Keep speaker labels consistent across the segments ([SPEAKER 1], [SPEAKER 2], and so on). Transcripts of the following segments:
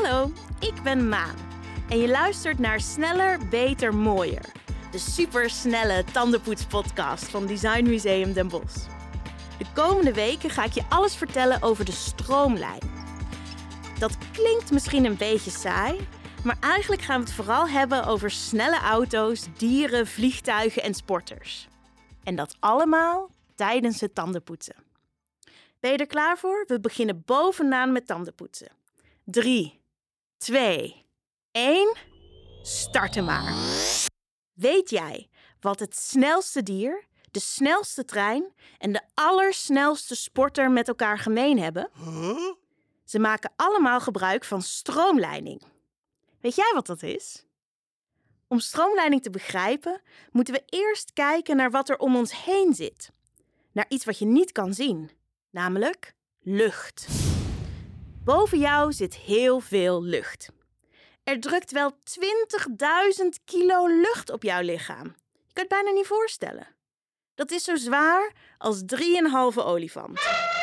[SPEAKER 1] Hallo, ik ben Maan en je luistert naar Sneller, Beter, Mooier. De supersnelle tandenpoetspodcast van Design Museum Den Bosch. De komende weken ga ik je alles vertellen over de stroomlijn. Dat klinkt misschien een beetje saai, maar eigenlijk gaan we het vooral hebben over snelle auto's, dieren, vliegtuigen en sporters. En dat allemaal tijdens het tandenpoetsen. Ben je er klaar voor? We beginnen bovenaan met tandenpoetsen. 3, 2, 1, starten maar. Weet jij wat het snelste dier, de snelste trein en de allersnelste sporter met elkaar gemeen hebben? Ze maken allemaal gebruik van stroomleiding. Weet jij wat dat is? Om stroomleiding te begrijpen, moeten we eerst kijken naar wat er om ons heen zit. Naar iets wat je niet kan zien, namelijk lucht. Boven jou zit heel veel lucht. Er drukt wel 20.000 kilo lucht op jouw lichaam. Je kunt het bijna niet voorstellen. Dat is zo zwaar als 3,5 olifant.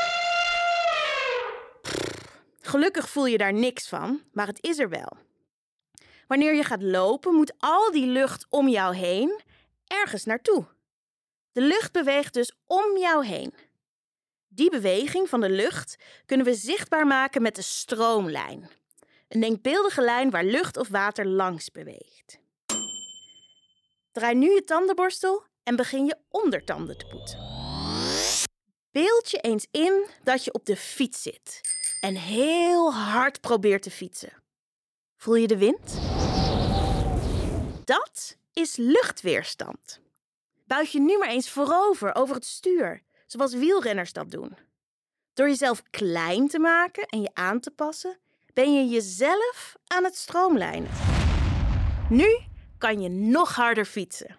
[SPEAKER 1] Gelukkig voel je daar niks van, maar het is er wel. Wanneer je gaat lopen, moet al die lucht om jou heen ergens naartoe. De lucht beweegt dus om jou heen. Die beweging van de lucht kunnen we zichtbaar maken met de stroomlijn. Een denkbeeldige lijn waar lucht of water langs beweegt. Draai nu je tandenborstel en begin je ondertanden te poetsen. Beeld je eens in dat je op de fiets zit en heel hard probeert te fietsen. Voel je de wind? Dat is luchtweerstand. Buig je nu maar eens voorover over het stuur, zoals wielrenners dat doen. Door jezelf klein te maken en je aan te passen, ben je jezelf aan het stroomlijnen. Nu kan je nog harder fietsen.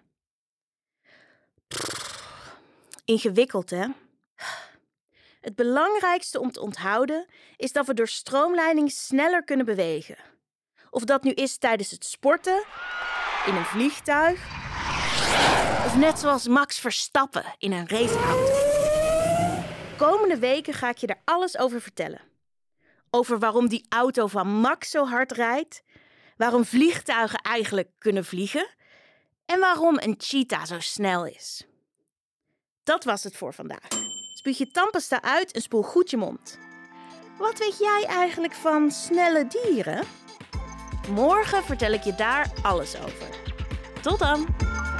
[SPEAKER 1] Ingewikkeld, hè? Het belangrijkste om te onthouden is dat we door stroomleiding sneller kunnen bewegen. Of dat nu is tijdens het sporten, in een vliegtuig, of net zoals Max Verstappen in een raceauto. Komende weken ga ik je daar alles over vertellen. Over waarom die auto van Max zo hard rijdt, waarom vliegtuigen eigenlijk kunnen vliegen en waarom een cheetah zo snel is. Dat was het voor vandaag. Spuug je tandpasta uit en spoel goed je mond. Wat weet jij eigenlijk van snelle dieren? Morgen vertel ik je daar alles over. Tot dan!